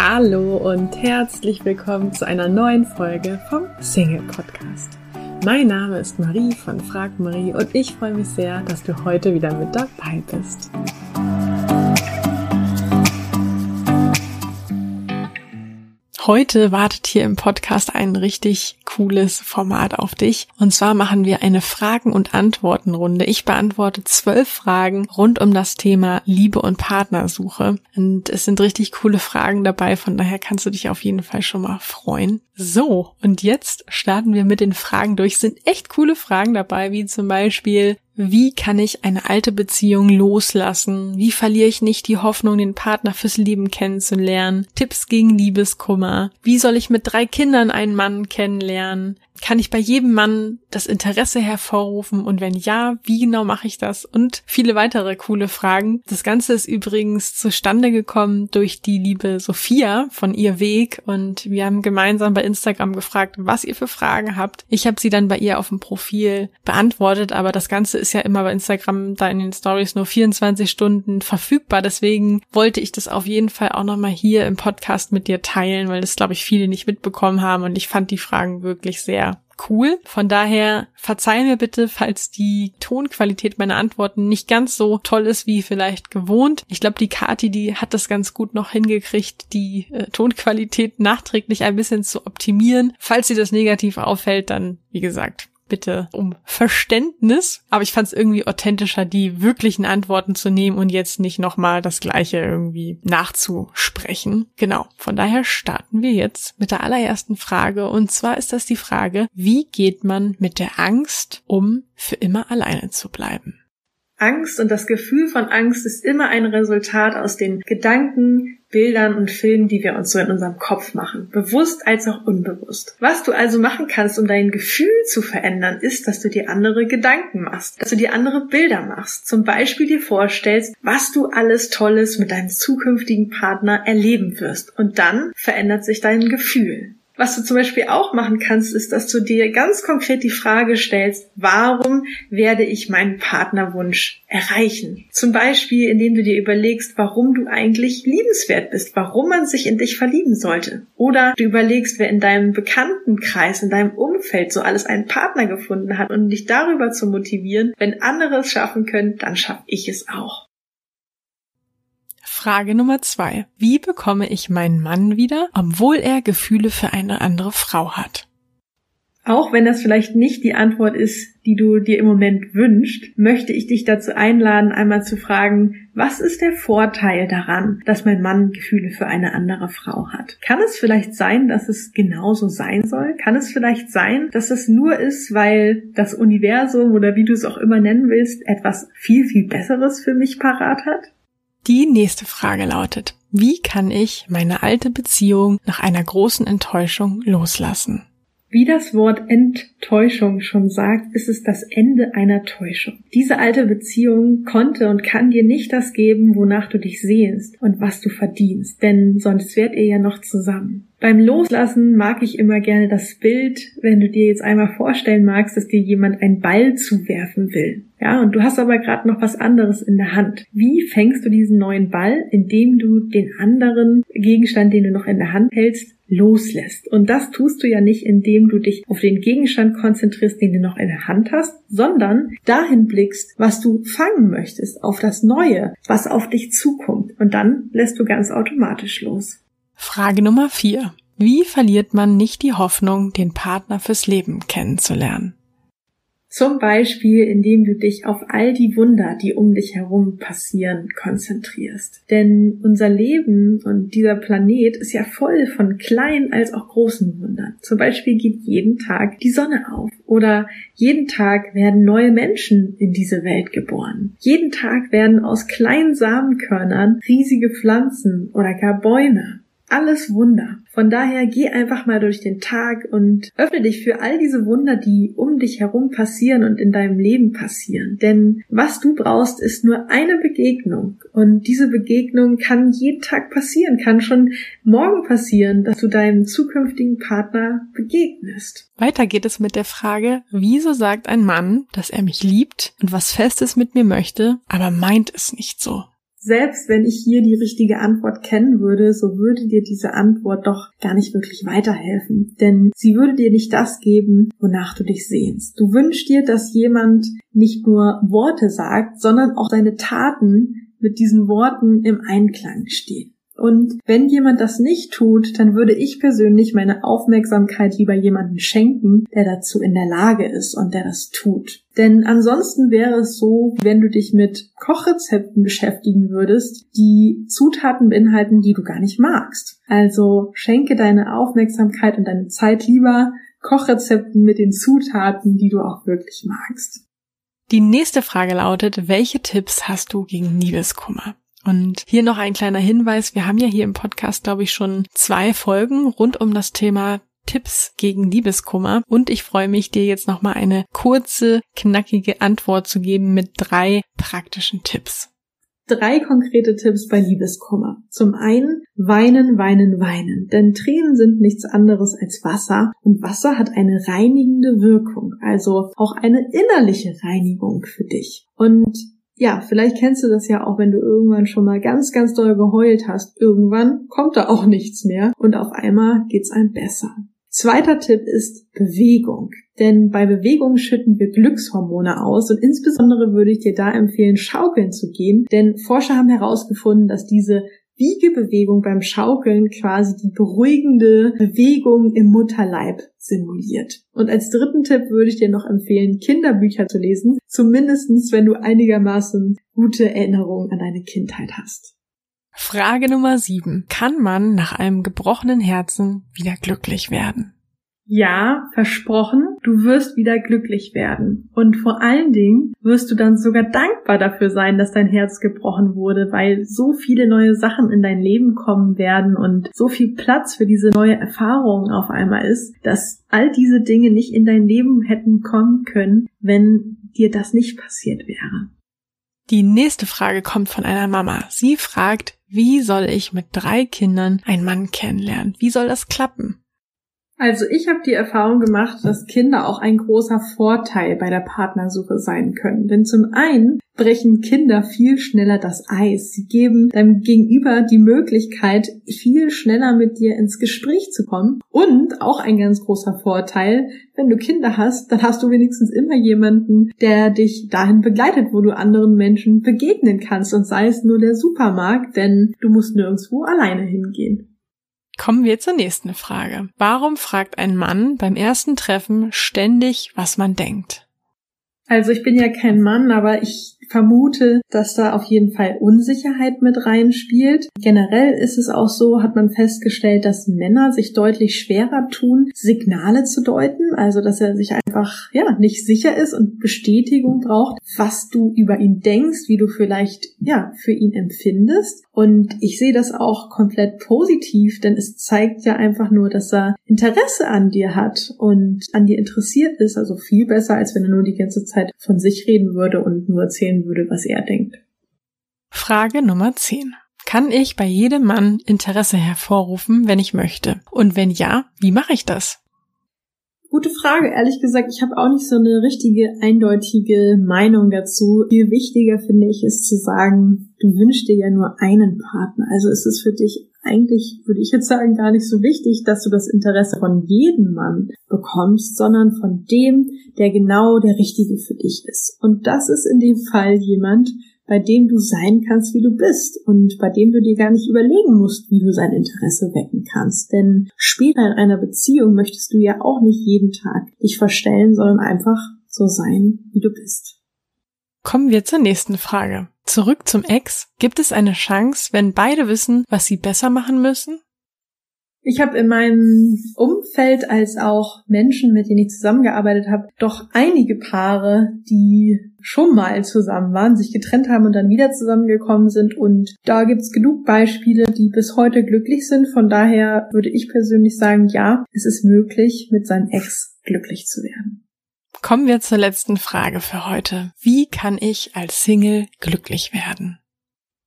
Hallo und herzlich willkommen zu einer neuen Folge vom Single Podcast. Mein Name ist Marie von Frag Marie und ich freue mich sehr, dass du heute wieder mit dabei bist. Heute wartet hier im Podcast ein richtig cooles Format auf dich. Und zwar machen wir eine Fragen- und Antwortenrunde. Ich beantworte 12 Fragen rund um das Thema Liebe und Partnersuche. Und es sind richtig coole Fragen dabei, von daher kannst du dich auf jeden Fall schon mal freuen. So, und jetzt starten wir mit den Fragen durch. Es sind echt coole Fragen dabei, wie zum Beispiel: Wie kann ich eine alte Beziehung loslassen? Wie verliere ich nicht die Hoffnung, den Partner fürs Leben kennenzulernen? Tipps gegen Liebeskummer. Wie soll ich mit 3 Kindern einen Mann kennenlernen? Kann ich bei jedem Mann das Interesse hervorrufen? Und wenn ja, wie genau mache ich das? Und viele weitere coole Fragen. Das Ganze ist übrigens zustande gekommen durch die liebe Sophia von Ihr Weg. Und wir haben gemeinsam bei Instagram gefragt, was ihr für Fragen habt. Ich habe sie dann bei ihr auf dem Profil beantwortet, aber das Ganze ist ja immer bei Instagram da in den Stories nur 24 Stunden verfügbar. Deswegen wollte ich das auf jeden Fall auch nochmal hier im Podcast mit dir teilen, weil das, glaube ich, viele nicht mitbekommen haben. Und ich fand die Fragen wirklich sehr cool. Von daher verzeih mir bitte, falls die Tonqualität meiner Antworten nicht ganz so toll ist wie vielleicht gewohnt. Ich glaube, die Kathi, die hat das ganz gut noch hingekriegt, die Tonqualität nachträglich ein bisschen zu optimieren. Falls sie das negativ auffällt, dann, wie gesagt, bitte um Verständnis. Aber ich fand es irgendwie authentischer, die wirklichen Antworten zu nehmen und jetzt nicht nochmal das Gleiche irgendwie nachzusprechen. Genau, von daher starten wir jetzt mit der allerersten Frage. Und zwar ist das die Frage: Wie geht man mit der Angst um, für immer alleine zu bleiben? Angst und das Gefühl von Angst ist immer ein Resultat aus den Gedanken, Bildern und Filmen, die wir uns so in unserem Kopf machen, bewusst als auch unbewusst. Was du also machen kannst, um dein Gefühl zu verändern, ist, dass du dir andere Gedanken machst, dass du dir andere Bilder machst. Zum Beispiel dir vorstellst, was du alles Tolles mit deinem zukünftigen Partner erleben wirst. Und dann verändert sich dein Gefühl. Was du zum Beispiel auch machen kannst, ist, dass du dir ganz konkret die Frage stellst: Warum werde ich meinen Partnerwunsch erreichen? Zum Beispiel, indem du dir überlegst, warum du eigentlich liebenswert bist, warum man sich in dich verlieben sollte. Oder du überlegst, wer in deinem Bekanntenkreis, in deinem Umfeld so alles einen Partner gefunden hat, und dich darüber zu motivieren: Wenn andere es schaffen können, dann schaffe ich es auch. Frage Nummer 2. Wie bekomme ich meinen Mann wieder, obwohl er Gefühle für eine andere Frau hat? Auch wenn das vielleicht nicht die Antwort ist, die du dir im Moment wünschst, möchte ich dich dazu einladen, einmal zu fragen: Was ist der Vorteil daran, dass mein Mann Gefühle für eine andere Frau hat? Kann es vielleicht sein, dass es genauso sein soll? Kann es vielleicht sein, dass es nur ist, weil das Universum oder wie du es auch immer nennen willst, etwas viel, viel Besseres für mich parat hat? Die nächste Frage lautet: Wie kann ich meine alte Beziehung nach einer großen Enttäuschung loslassen? Wie das Wort Enttäuschung schon sagt, ist es das Ende einer Täuschung. Diese alte Beziehung konnte und kann dir nicht das geben, wonach du dich sehnst und was du verdienst, denn sonst wärt ihr ja noch zusammen. Beim Loslassen mag ich immer gerne das Bild, wenn du dir jetzt einmal vorstellen magst, dass dir jemand einen Ball zuwerfen will. Ja, und du hast aber gerade noch was anderes in der Hand. Wie fängst du diesen neuen Ball? Indem du den anderen Gegenstand, den du noch in der Hand hältst, loslässt. Und das tust du ja nicht, indem du dich auf den Gegenstand konzentrierst, den du noch in der Hand hast, sondern dahin blickst, was du fangen möchtest, auf das Neue, was auf dich zukommt. Und dann lässt du ganz automatisch los. Frage Nummer 4. Wie verliert man nicht die Hoffnung, den Partner fürs Leben kennenzulernen? Zum Beispiel, indem du dich auf all die Wunder, die um dich herum passieren, konzentrierst. Denn unser Leben und dieser Planet ist ja voll von kleinen als auch großen Wundern. Zum Beispiel geht jeden Tag die Sonne auf. Oder jeden Tag werden neue Menschen in diese Welt geboren. Jeden Tag werden aus kleinen Samenkörnern riesige Pflanzen oder gar Bäume. Alles Wunder. Von daher geh einfach mal durch den Tag und öffne dich für all diese Wunder, die um dich herum passieren und in deinem Leben passieren. Denn was du brauchst, ist nur eine Begegnung. Und diese Begegnung kann jeden Tag passieren, kann schon morgen passieren, dass du deinem zukünftigen Partner begegnest. Weiter geht es mit der Frage: Wieso sagt ein Mann, dass er mich liebt und was Festes mit mir möchte, aber meint es nicht so? Selbst wenn ich hier die richtige Antwort kennen würde, so würde dir diese Antwort doch gar nicht wirklich weiterhelfen. Denn sie würde dir nicht das geben, wonach du dich sehnst. Du wünschst dir, dass jemand nicht nur Worte sagt, sondern auch seine Taten mit diesen Worten im Einklang stehen. Und wenn jemand das nicht tut, dann würde ich persönlich meine Aufmerksamkeit lieber jemandem schenken, der dazu in der Lage ist und der das tut. Denn ansonsten wäre es so, wenn du dich mit Kochrezepten beschäftigen würdest, die Zutaten beinhalten, die du gar nicht magst. Also schenke deine Aufmerksamkeit und deine Zeit lieber Kochrezepten mit den Zutaten, die du auch wirklich magst. Die nächste Frage lautet, welche Tipps hast du gegen Liebeskummer? Und hier noch ein kleiner Hinweis, wir haben ja hier im Podcast, glaube ich, schon 2 Folgen rund um das Thema Tipps gegen Liebeskummer und ich freue mich, dir jetzt nochmal eine kurze, knackige Antwort zu geben mit 3 praktischen Tipps. 3 konkrete Tipps bei Liebeskummer. Zum einen, weinen, weinen, weinen. Denn Tränen sind nichts anderes als Wasser und Wasser hat eine reinigende Wirkung, also auch eine innerliche Reinigung für dich. Und ja, vielleicht kennst du das ja auch, wenn du irgendwann schon mal ganz, ganz doll geheult hast. Irgendwann kommt da auch nichts mehr und auf einmal geht's einem besser. Zweiter Tipp ist Bewegung. Denn bei Bewegung schütten wir Glückshormone aus und insbesondere würde ich dir da empfehlen, schaukeln zu gehen. Denn Forscher haben herausgefunden, dass diese Wiegebewegung beim Schaukeln quasi die beruhigende Bewegung im Mutterleib simuliert. Und als dritten Tipp würde ich dir noch empfehlen, Kinderbücher zu lesen, zumindestens wenn du einigermaßen gute Erinnerungen an deine Kindheit hast. Frage Nummer 7. Kann man nach einem gebrochenen Herzen wieder glücklich werden? Ja, versprochen, du wirst wieder glücklich werden. Und vor allen Dingen wirst du dann sogar dankbar dafür sein, dass dein Herz gebrochen wurde, weil so viele neue Sachen in dein Leben kommen werden und so viel Platz für diese neue Erfahrung auf einmal ist, dass all diese Dinge nicht in dein Leben hätten kommen können, wenn dir das nicht passiert wäre. Die nächste Frage kommt von einer Mama. Sie fragt, wie soll ich mit 3 Kindern einen Mann kennenlernen? Wie soll das klappen? Also ich habe die Erfahrung gemacht, dass Kinder auch ein großer Vorteil bei der Partnersuche sein können. Denn zum einen brechen Kinder viel schneller das Eis. Sie geben deinem Gegenüber die Möglichkeit, viel schneller mit dir ins Gespräch zu kommen. Und auch ein ganz großer Vorteil, wenn du Kinder hast, dann hast du wenigstens immer jemanden, der dich dahin begleitet, wo du anderen Menschen begegnen kannst. Und sei es nur der Supermarkt, denn du musst nirgendwo alleine hingehen. Kommen wir zur nächsten Frage. Warum fragt ein Mann beim ersten Treffen ständig, was man denkt? Also ich bin ja kein Mann, aber ich vermute, dass da auf jeden Fall Unsicherheit mit reinspielt. Generell ist es auch so, hat man festgestellt, dass Männer sich deutlich schwerer tun, Signale zu deuten. Also dass er sich einfach nicht sicher ist und Bestätigung braucht, was du über ihn denkst, wie du vielleicht für ihn empfindest. Und ich sehe das auch komplett positiv, denn es zeigt ja einfach nur, dass er Interesse an dir hat und an dir interessiert ist. Also viel besser, als wenn er nur die ganze Zeit von sich reden würde und nur erzählen würde, was er denkt. Frage Nummer 10. Kann ich bei jedem Mann Interesse hervorrufen, wenn ich möchte? Und wenn ja, wie mache ich das? Gute Frage. Ehrlich gesagt, ich habe auch nicht so eine richtige, eindeutige Meinung dazu. Viel wichtiger finde ich es zu sagen, du wünschst dir ja nur einen Partner. Also ist es für dich eigentlich, würde ich jetzt sagen, gar nicht so wichtig, dass du das Interesse von jedem Mann bekommst, sondern von dem, der genau der Richtige für dich ist. Und das ist in dem Fall jemand, bei dem du sein kannst, wie du bist und bei dem du dir gar nicht überlegen musst, wie du sein Interesse wecken kannst. Denn später in einer Beziehung möchtest du ja auch nicht jeden Tag dich verstellen, sondern einfach so sein, wie du bist. Kommen wir zur nächsten Frage. Zurück zum Ex. Gibt es eine Chance, wenn beide wissen, was sie besser machen müssen? Ich habe in meinem Umfeld als auch Menschen, mit denen ich zusammengearbeitet habe, doch einige Paare, die schon mal zusammen waren, sich getrennt haben und dann wieder zusammengekommen sind. Und da gibt's genug Beispiele, die bis heute glücklich sind. Von daher würde ich persönlich sagen, ja, es ist möglich, mit seinem Ex glücklich zu werden. Kommen wir zur letzten Frage für heute. Wie kann ich als Single glücklich werden?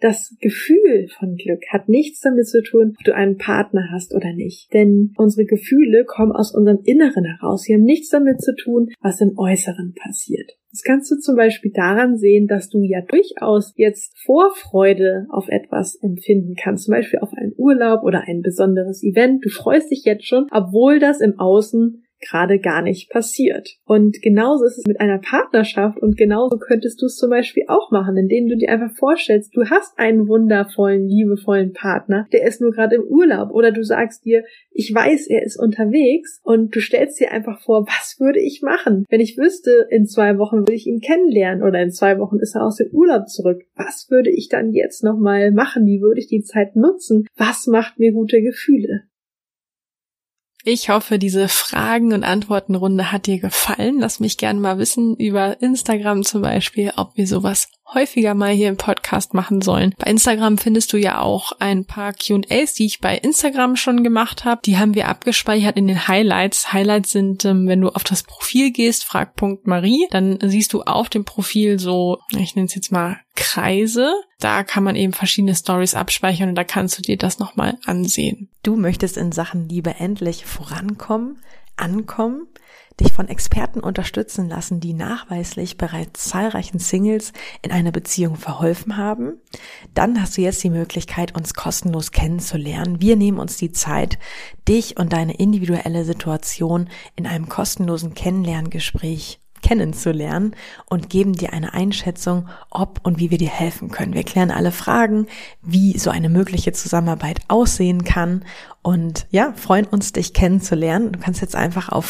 Das Gefühl von Glück hat nichts damit zu tun, ob du einen Partner hast oder nicht. Denn unsere Gefühle kommen aus unserem Inneren heraus. Sie haben nichts damit zu tun, was im Äußeren passiert. Das kannst du zum Beispiel daran sehen, dass du ja durchaus jetzt Vorfreude auf etwas empfinden kannst. Zum Beispiel auf einen Urlaub oder ein besonderes Event. Du freust dich jetzt schon, obwohl das im Außen gerade gar nicht passiert. Und genauso ist es mit einer Partnerschaft und genauso könntest du es zum Beispiel auch machen, indem du dir einfach vorstellst, du hast einen wundervollen, liebevollen Partner, der ist nur gerade im Urlaub, oder du sagst dir, ich weiß, er ist unterwegs, und du stellst dir einfach vor, was würde ich machen, wenn ich wüsste, in 2 Wochen würde ich ihn kennenlernen oder in 2 Wochen ist er aus dem Urlaub zurück. Was würde ich dann jetzt nochmal machen? Wie würde ich die Zeit nutzen? Was macht mir gute Gefühle? Ich hoffe, diese Fragen- und Antwortenrunde hat dir gefallen. Lass mich gerne mal wissen über Instagram zum Beispiel, ob wir sowas häufiger mal hier im Podcast machen sollen. Bei Instagram findest du ja auch ein paar Q&As, die ich bei Instagram schon gemacht habe. Die haben wir abgespeichert in den Highlights. Highlights sind, wenn du auf das Profil gehst, frag.marie, dann siehst du auf dem Profil so, ich nenne es jetzt mal Kreise. Da kann man eben verschiedene Stories abspeichern und da kannst du dir das nochmal ansehen. Du möchtest in Sachen Liebe endlich vorankommen, ankommen, dich von Experten unterstützen lassen, die nachweislich bereits zahlreichen Singles in einer Beziehung verholfen haben? Dann hast du jetzt die Möglichkeit, uns kostenlos kennenzulernen. Wir nehmen uns die Zeit, dich und deine individuelle Situation in einem kostenlosen Kennenlerngespräch kennenzulernen und geben dir eine Einschätzung, ob und wie wir dir helfen können. Wir klären alle Fragen, wie so eine mögliche Zusammenarbeit aussehen kann und ja, freuen uns, dich kennenzulernen. Du kannst jetzt einfach auf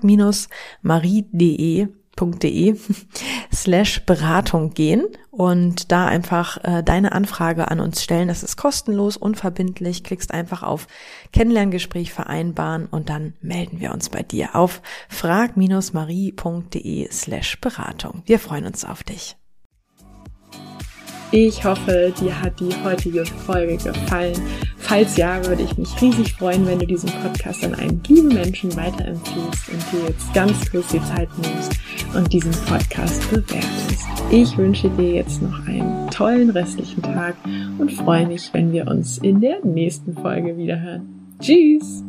frag-marie.de/Beratung gehen und da einfach deine Anfrage an uns stellen. Das ist kostenlos, unverbindlich. Klickst einfach auf Kennenlerngespräch vereinbaren und dann melden wir uns bei dir auf frag-marie.de/Beratung. Wir freuen uns auf dich. Ich hoffe, dir hat die heutige Folge gefallen. Falls ja, würde ich mich riesig freuen, wenn du diesen Podcast an einen lieben Menschen weiterempfiehlst und dir jetzt ganz kurz die Zeit nimmst und diesen Podcast bewertest. Ich wünsche dir jetzt noch einen tollen restlichen Tag und freue mich, wenn wir uns in der nächsten Folge wiederhören. Tschüss!